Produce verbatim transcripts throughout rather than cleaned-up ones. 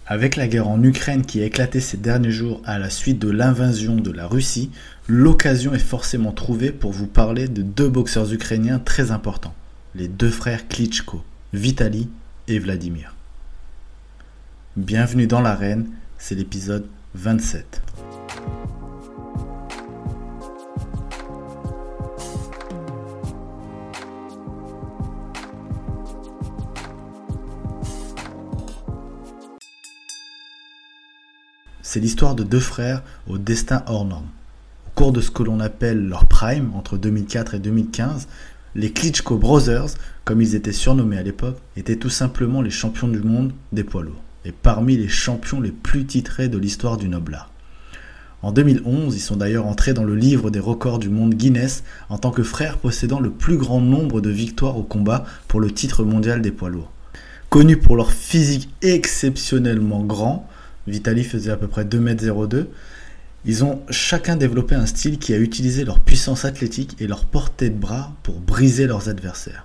Avec la guerre en Ukraine qui a éclaté ces derniers jours à la suite de l'invasion de la Russie, l'occasion est forcément trouvée pour vous parler de deux boxeurs ukrainiens très importants, les deux frères Klitschko, Vitali et Vladimir. Bienvenue dans l'arène, c'est l'épisode vingt-sept. C'est l'histoire de deux frères au destin hors norme. Au cours de ce que l'on appelle leur prime, entre deux mille quatre et deux mille quinze, les Klitschko Brothers, comme ils étaient surnommés à l'époque, étaient tout simplement les champions du monde des poids lourds, et parmi les champions les plus titrés de l'histoire du noble art. En deux mille onze, ils sont d'ailleurs entrés dans le livre des records du monde Guinness en tant que frères possédant le plus grand nombre de victoires au combat pour le titre mondial des poids lourds. Connus pour leur physique exceptionnellement grand, Vitali faisait à peu près deux mètres zéro deux. Ils ont chacun développé un style qui a utilisé leur puissance athlétique et leur portée de bras pour briser leurs adversaires.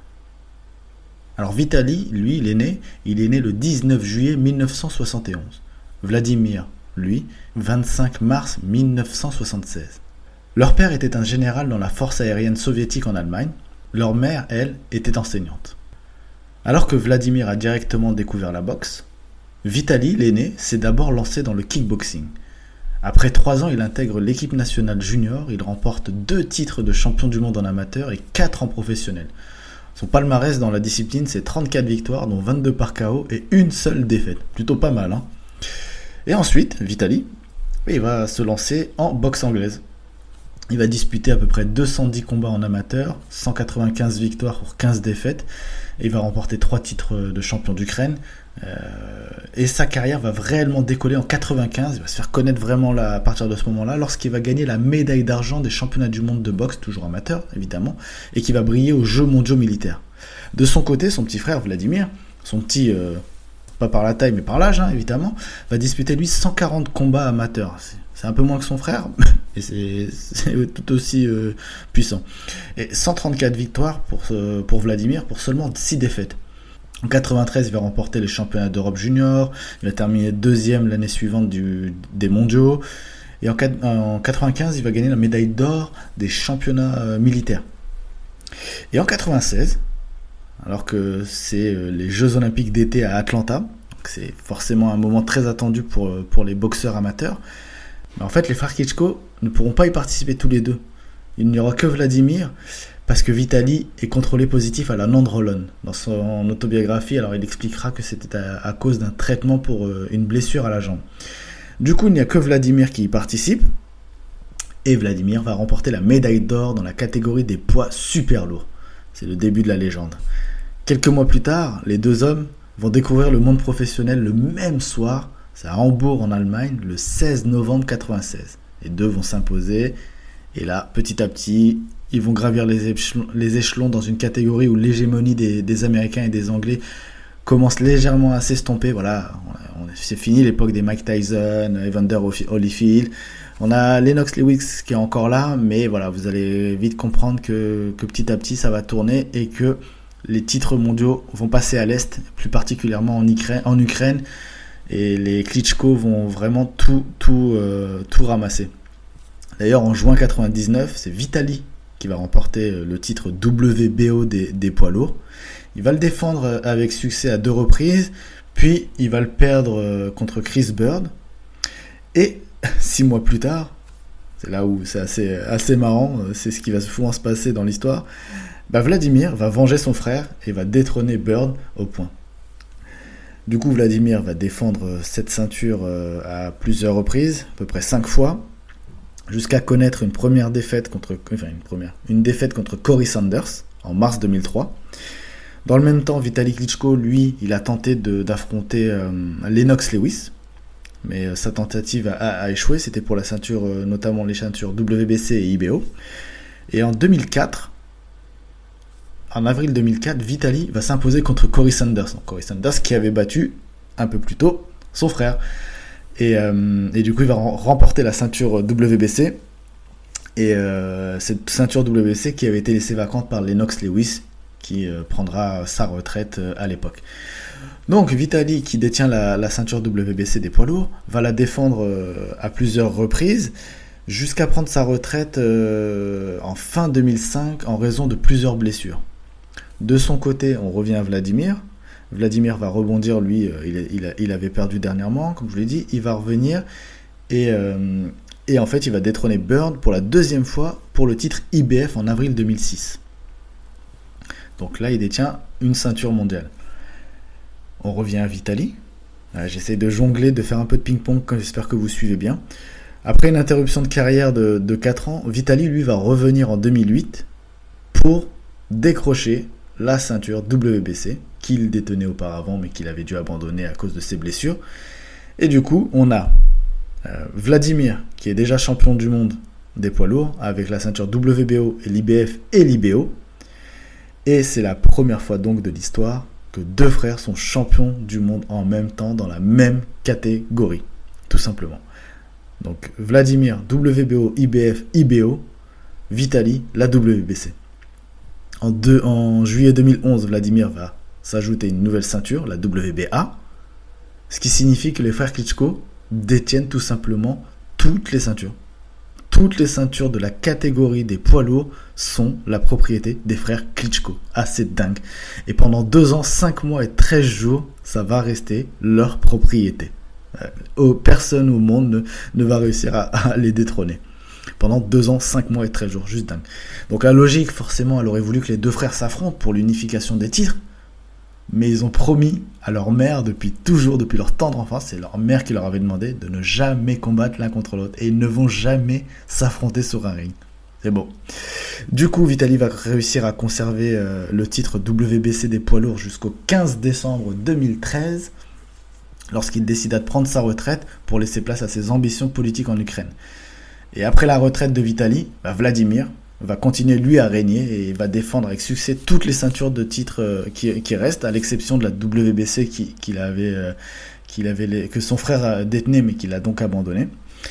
Alors Vitali, lui, il est né, il est né le dix-neuf juillet mille neuf cent soixante et onze. Vladimir, lui, vingt-cinq mars mille neuf cent soixante-seize. Leur père était un général dans la force aérienne soviétique en Allemagne. Leur mère, elle, était enseignante. Alors que Vladimir a directement découvert la boxe, Vitali, l'aîné, s'est d'abord lancé dans le kickboxing. Après trois ans, il intègre l'équipe nationale junior, il remporte deux titres de champion du monde en amateur et quatre en professionnel. Son palmarès dans la discipline, c'est trente-quatre victoires, dont vingt-deux par K O et une seule défaite. Plutôt pas mal, hein. Et ensuite, Vitali, il va se lancer en boxe anglaise. Il va disputer à peu près deux cent dix combats en amateur, cent quatre-vingt-quinze victoires pour quinze défaites, et il va remporter trois titres de champion d'Ukraine. Euh, et sa carrière va réellement décoller en quatre-vingt-quinze, il va se faire connaître vraiment là, à partir de ce moment-là, lorsqu'il va gagner la médaille d'argent des championnats du monde de boxe, toujours amateur évidemment, et qui va briller aux Jeux mondiaux militaires. De son côté, son petit frère Vladimir, son petit, euh, pas par la taille mais par l'âge hein, évidemment, va disputer lui cent quarante combats amateurs. C'est, c'est un peu moins que son frère, et c'est, c'est tout aussi euh, puissant. Et cent trente-quatre victoires pour, euh, pour Vladimir, pour seulement six défaites. En quatre-vingt-treize, il va remporter les championnats d'Europe junior, il va terminer deuxième l'année suivante du, des mondiaux, et en, en quatre-vingt-quinze, il va gagner la médaille d'or des championnats euh, militaires. Et en quatre-vingt-seize, alors que c'est euh, les Jeux Olympiques d'été à Atlanta, donc c'est forcément un moment très attendu pour, pour les boxeurs amateurs, mais en fait les frères Klitschko ne pourront pas y participer tous les deux. Il n'y aura que Vladimir, parce que Vitali est contrôlé positif à la nandrolone. Dans son autobiographie, alors il expliquera que c'était à, à cause d'un traitement pour euh, une blessure à la jambe. Du coup, il n'y a que Vladimir qui y participe, et Vladimir va remporter la médaille d'or dans la catégorie des poids super lourds. C'est le début de la légende. Quelques mois plus tard, les deux hommes vont découvrir le monde professionnel le même soir, c'est à Hambourg en Allemagne, le seize novembre quatre-vingt-seize. Les deux vont s'imposer, et là, petit à petit, ils vont gravir les échelons, les échelons dans une catégorie où l'hégémonie des, des Américains et des Anglais commence légèrement à s'estomper. Voilà, on, on, c'est fini l'époque des Mike Tyson, Evander Holyfield. On a Lennox Lewis qui est encore là, mais voilà, vous allez vite comprendre que, que petit à petit ça va tourner et que les titres mondiaux vont passer à l'Est, plus particulièrement en Ukraine, en Ukraine et les Klitschko vont vraiment tout, tout, euh, tout ramasser. D'ailleurs, en juin quatre-vingt-dix-neuf, c'est Vitali qui va remporter le titre W B O des, des poids lourds. Il va le défendre avec succès à deux reprises, puis il va le perdre contre Chris Bird. Et six mois plus tard, c'est là où c'est assez, assez marrant, c'est ce qui va souvent se passer dans l'histoire, bah Vladimir va venger son frère et va détrôner Bird au point. Du coup, Vladimir va défendre cette ceinture à plusieurs reprises, à peu près cinq fois, jusqu'à connaître une première défaite contre, enfin une première, une défaite contre Corey Sanders en mars deux mille trois. Dans le même temps, Vitali Klitschko, lui, il a tenté de, d'affronter euh, Lennox Lewis, mais euh, sa tentative a, a échoué. C'était pour la ceinture, euh, notamment les ceintures W B C et I B O. Et en deux mille quatre, en avril deux mille quatre, Vitali va s'imposer contre Corey Sanders. Donc, Corey Sanders qui avait battu un peu plus tôt son frère. Et, euh, et du coup, il va remporter la ceinture W B C. Et euh, cette ceinture W B C qui avait été laissée vacante par Lennox Lewis, qui euh, prendra sa retraite euh, à l'époque. Donc Vitali, qui détient la, la ceinture W B C des poids lourds, va la défendre euh, à plusieurs reprises, jusqu'à prendre sa retraite euh, en fin deux mille cinq en raison de plusieurs blessures. De son côté, on revient à Vladimir. Vladimir va rebondir, lui, euh, il, il, a, il avait perdu dernièrement, comme je vous l'ai dit, il va revenir et, euh, et en fait il va détrôner Bird pour la deuxième fois pour le titre I B F en avril deux mille six. Donc là, il détient une ceinture mondiale. On revient à Vitali. Voilà, j'essaie de jongler, de faire un peu de ping-pong, j'espère que vous suivez bien. Après une interruption de carrière de, de quatre ans, Vitali, lui, va revenir en deux mille huit pour décrocher la ceinture W B C qu'il détenait auparavant, mais qu'il avait dû abandonner à cause de ses blessures. Et du coup, on a euh, Vladimir, qui est déjà champion du monde des poids lourds, avec la ceinture W B O et l'I B F et l'I B O. Et c'est la première fois donc de l'histoire que deux frères sont champions du monde en même temps dans la même catégorie, tout simplement. Donc Vladimir, W B O, I B F, I B O, Vitali, la W B C. En, deux, en juillet deux mille onze, Vladimir va s'ajouter une nouvelle ceinture, la W B A, ce qui signifie que les frères Klitschko détiennent tout simplement toutes les ceintures. Toutes les ceintures de la catégorie des poids lourds sont la propriété des frères Klitschko. Assez dingue. Et pendant deux ans, cinq mois et treize jours, ça va rester leur propriété. Euh, personne au monde ne, ne va réussir à, à les détrôner. Pendant deux ans, cinq mois et treize jours. Juste dingue. Donc la logique, forcément, elle aurait voulu que les deux frères s'affrontent pour l'unification des titres. Mais ils ont promis à leur mère depuis toujours, depuis leur tendre enfance, c'est leur mère qui leur avait demandé de ne jamais combattre l'un contre l'autre. Et ils ne vont jamais s'affronter sur un ring. C'est beau. Du coup, Vitali va réussir à conserver euh, le titre W B C des poids lourds jusqu'au quinze décembre deux mille treize, lorsqu'il décida de prendre sa retraite pour laisser place à ses ambitions politiques en Ukraine. Et après la retraite de Vitali, bah, Vladimir va continuer lui à régner et va défendre avec succès toutes les ceintures de titres euh, qui, qui restent, à l'exception de la W B C qui, qu'il avait, euh, qu'il avait les, que son frère détenait mais qu'il a donc abandonné.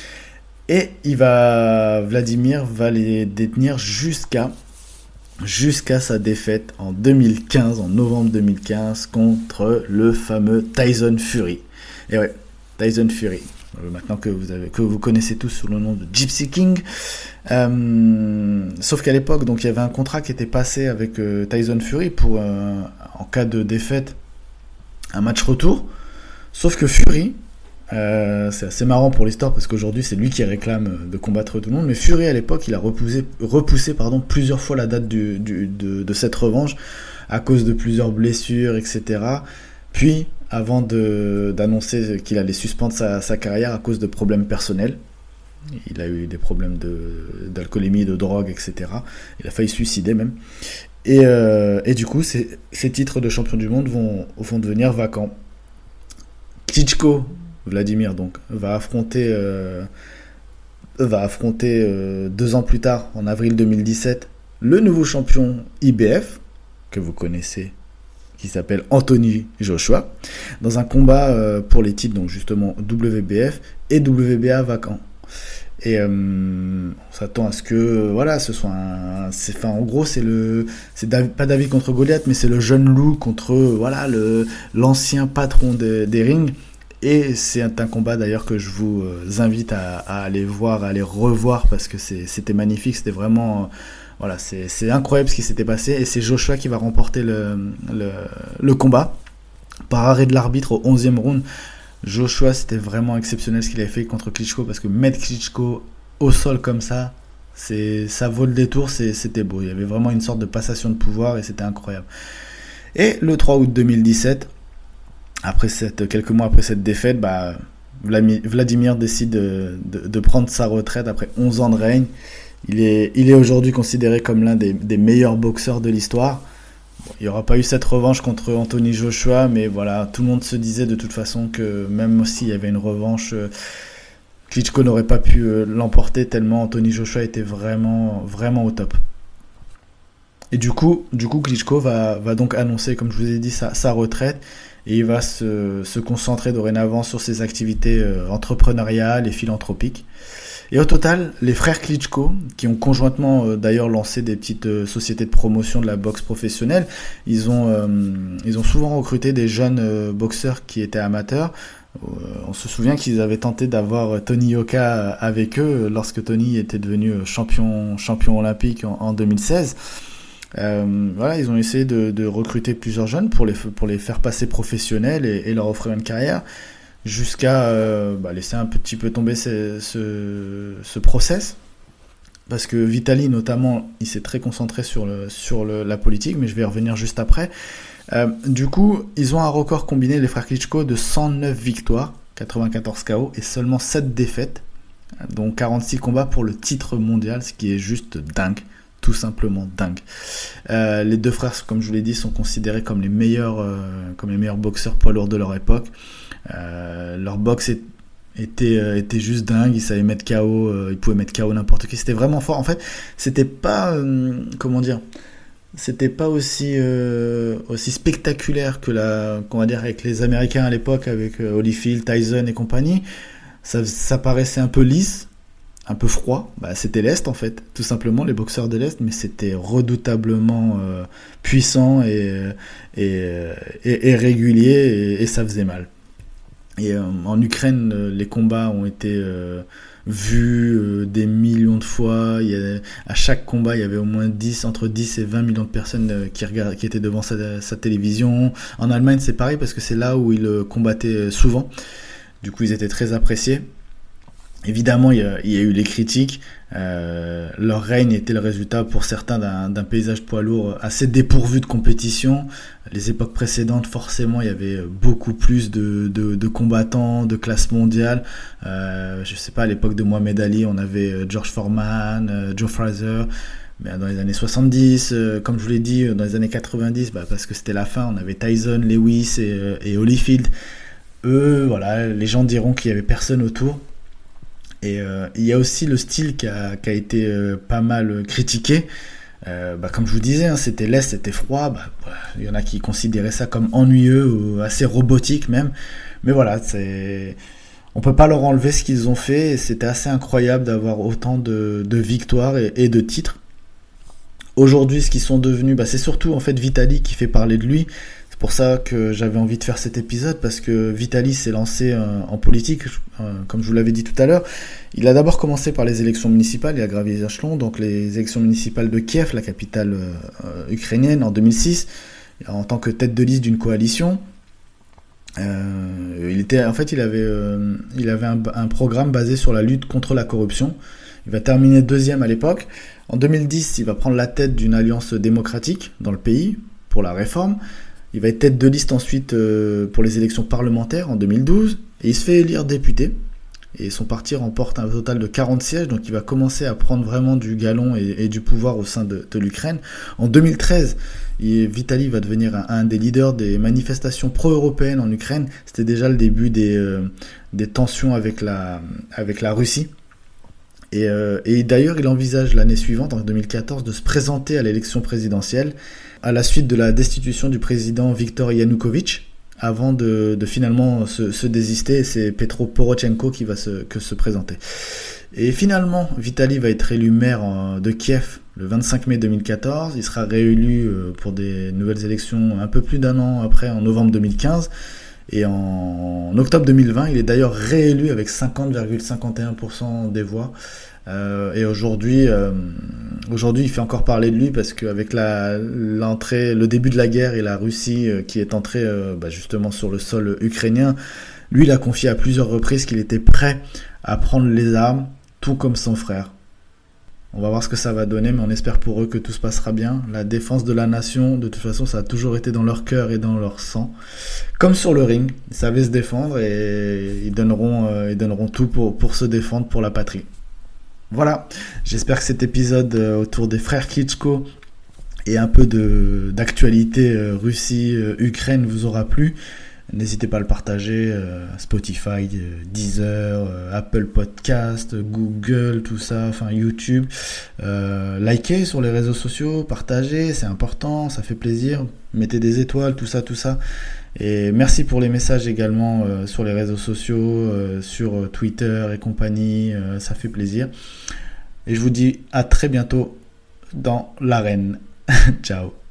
Et il va, Vladimir va les détenir jusqu'à, jusqu'à sa défaite en deux mille quinze, en novembre deux mille quinze, contre le fameux Tyson Fury. Et ouais, Tyson Fury. Maintenant que vous, avez, que vous connaissez tous sous le nom de Gypsy King. Euh, sauf qu'à l'époque, donc, il y avait un contrat qui était passé avec euh, Tyson Fury pour, euh, en cas de défaite, un match retour. Sauf que Fury, euh, c'est assez marrant pour l'histoire parce qu'aujourd'hui c'est lui qui réclame de combattre tout le monde, mais Fury à l'époque il a repoussé, repoussé pardon, plusieurs fois la date du, du, de, de cette revanche à cause de plusieurs blessures, et cetera. Puis, avant de, d'annoncer qu'il allait suspendre sa, sa carrière à cause de problèmes personnels. Il a eu des problèmes de, d'alcoolémie, de drogue, et cetera. Il a failli se suicider même. Et, euh, et du coup, ces, ces titres de champion du monde vont, vont devenir vacants. Klitschko, Vladimir donc, va affronter, euh, va affronter euh, deux ans plus tard, en avril deux mille dix-sept, le nouveau champion I B F, que vous connaissez, qui s'appelle Anthony Joshua, dans un combat euh, pour les titres, donc justement W B F et W B A vacants. Et euh, on s'attend à ce que, voilà, ce soit un... C'est, enfin, en gros, c'est le... C'est David, pas David contre Goliath, mais c'est le jeune loup contre, voilà, le, l'ancien patron de, des rings. Et c'est un, un combat, d'ailleurs, que je vous invite à, à aller voir, à aller revoir, parce que c'est, c'était magnifique, c'était vraiment... Voilà, c'est, c'est incroyable ce qui s'était passé. Et c'est Joshua qui va remporter le, le, le combat par arrêt de l'arbitre au onzième round. Joshua, c'était vraiment exceptionnel ce qu'il avait fait contre Klitschko, parce que mettre Klitschko au sol comme ça, c'est, ça vaut le détour, c'est, c'était beau. Il y avait vraiment une sorte de passation de pouvoir et c'était incroyable. Et le trois août deux mille dix-sept, après cette, quelques mois après cette défaite, bah, Vladimir décide de, de, de prendre sa retraite après onze ans de règne. Il est, il est aujourd'hui considéré comme l'un des, des meilleurs boxeurs de l'histoire. Bon, il n'y aura pas eu cette revanche contre Anthony Joshua, mais voilà, tout le monde se disait de toute façon que même s'il y avait une revanche, euh, Klitschko n'aurait pas pu euh, l'emporter tellement Anthony Joshua était vraiment, vraiment au top. Et du coup, du coup Klitschko va, va donc annoncer, comme je vous ai dit, sa, sa retraite. et il va se, se concentrer dorénavant sur ses activités euh, entrepreneuriales et philanthropiques. Et au total, les frères Klitschko, qui ont conjointement euh, d'ailleurs lancé des petites euh, sociétés de promotion de la boxe professionnelle, ils ont, euh, ils ont souvent recruté des jeunes euh, boxeurs qui étaient amateurs. Euh, on se souvient qu'ils avaient tenté d'avoir Tony Yoka avec eux lorsque Tony était devenu champion, champion olympique en, en deux mille seize. Euh, voilà, ils ont essayé de, de recruter plusieurs jeunes pour les, pour les faire passer professionnels et, et leur offrir une carrière, jusqu'à euh, bah, laisser un petit peu tomber ce, ce, ce process. Parce que Vitali, notamment, il s'est très concentré sur, le, sur le, la politique, mais je vais y revenir juste après. Euh, du coup, ils ont un record combiné, les frères Klitschko, de cent neuf victoires, quatre-vingt-quatorze K O, et seulement sept défaites, dont quarante-six combats pour le titre mondial, ce qui est juste dingue. Tout simplement dingue. Euh, les deux frères, comme je vous l'ai dit, sont considérés comme les meilleurs, euh, comme les meilleurs boxeurs poids lourds de leur époque. Euh, leur boxe est, était, euh, était juste dingue. Ils savaient mettre K O, euh, ils pouvaient mettre K O n'importe qui. C'était vraiment fort. En fait, c'était pas, euh, comment dire, c'était pas aussi, euh, aussi spectaculaire que la, qu'on va dire avec les Américains à l'époque, avec euh, Holyfield, Tyson et compagnie. Ça, ça paraissait un peu lisse. Un peu froid, bah, c'était l'Est en fait, tout simplement, les boxeurs de l'Est, mais c'était redoutablement euh, puissant et, et, et, et régulier, et, et ça faisait mal. Et euh, en Ukraine, les combats ont été euh, vus euh, des millions de fois. Il y a, à chaque combat, il y avait au moins dix, entre dix et vingt millions de personnes euh, qui, regardent, qui étaient devant sa, sa télévision. En Allemagne, c'est pareil parce que c'est là où ils combattaient souvent. Du coup, ils étaient très appréciés. Évidemment, il y, a, il y a eu les critiques. Euh, leur règne était le résultat pour certains d'un, d'un paysage poids lourd assez dépourvu de compétition. Les époques précédentes, forcément, il y avait beaucoup plus de, de, de combattants, de classe mondiale. Euh, je sais pas, à l'époque de Mohamed Ali, on avait George Foreman, euh, Joe Frazier. Mais dans les années soixante-dix, euh, comme je vous l'ai dit, dans les années quatre-vingt-dix, bah, parce que c'était la fin, on avait Tyson, Lewis et, et Holyfield. Eux, voilà, les gens diront qu'il y avait personne autour. Et euh, il y a aussi le style qui a, qui a été euh, pas mal critiqué. Euh, bah, comme je vous disais, hein, c'était leste, c'était froid. Bah, bah, il y en a qui considéraient ça comme ennuyeux ou assez robotique même. Mais voilà, c'est... on peut pas leur enlever ce qu'ils ont fait. Et c'était assez incroyable d'avoir autant de, de victoires et, et de titres. Aujourd'hui, ce qu'ils sont devenus, bah, c'est surtout en fait Vitali qui fait parler de lui. C'est pour ça que j'avais envie de faire cet épisode, parce que Vitali s'est lancé euh, en politique, euh, comme je vous l'avais dit tout à l'heure. Il a d'abord commencé par les élections municipales, il a gravi les échelons, donc les élections municipales de Kiev, la capitale euh, ukrainienne, en deux mille six, en tant que tête de liste d'une coalition. Euh, il était, en fait, il avait, euh, il avait un, un programme basé sur la lutte contre la corruption. Il va terminer deuxième à l'époque. En deux mille dix, il va prendre la tête d'une alliance démocratique dans le pays pour la réforme. Il va être tête de liste ensuite euh, pour les élections parlementaires en deux mille douze, et il se fait élire député. Et son parti remporte un total de quarante sièges, donc il va commencer à prendre vraiment du galon et, et du pouvoir au sein de, de l'Ukraine. En deux mille treize, il, Vitali va devenir un, un des leaders des manifestations pro-européennes en Ukraine. C'était déjà le début des, euh, des tensions avec la, avec la Russie. Et, euh, et d'ailleurs, il envisage l'année suivante, en deux mille quatorze, de se présenter à l'élection présidentielle à la suite de la destitution du président Viktor Yanukovych, avant de, de finalement se, se désister. Et c'est Petro Poroshenko qui va se, que se présenter. Et finalement, Vitali va être élu maire de Kiev le vingt-cinq mai deux mille quatorze. Il sera réélu pour des nouvelles élections un peu plus d'un an après, en novembre deux mille quinze. Et en octobre deux mille vingt, il est d'ailleurs réélu avec cinquante virgule cinquante et un pour cent des voix. Euh, et aujourd'hui, euh, aujourd'hui, il fait encore parler de lui parce qu'avec la, l'entrée, le début de la guerre et la Russie euh, qui est entrée euh, bah, justement sur le sol ukrainien, lui, il a confié à plusieurs reprises qu'il était prêt à prendre les armes, tout comme son frère. On va voir ce que ça va donner, mais on espère pour eux que tout se passera bien. La défense de la nation, de toute façon, ça a toujours été dans leur cœur et dans leur sang. Comme sur le ring, ils savaient se défendre et ils donneront, euh, ils donneront tout pour, pour se défendre pour la patrie. Voilà, j'espère que cet épisode euh, autour des frères Klitschko et un peu de, d'actualité euh, Russie-Ukraine euh, vous aura plu. N'hésitez pas à le partager, euh, Spotify, euh, Deezer, euh, Apple Podcast, Google, tout ça, enfin YouTube. Euh, likez sur les réseaux sociaux, partagez, c'est important, ça fait plaisir. Mettez des étoiles, tout ça, tout ça. Et merci pour les messages également euh, sur les réseaux sociaux, euh, sur euh, Twitter et compagnie, euh, ça fait plaisir. Et je vous dis à très bientôt dans l'arène. Ciao.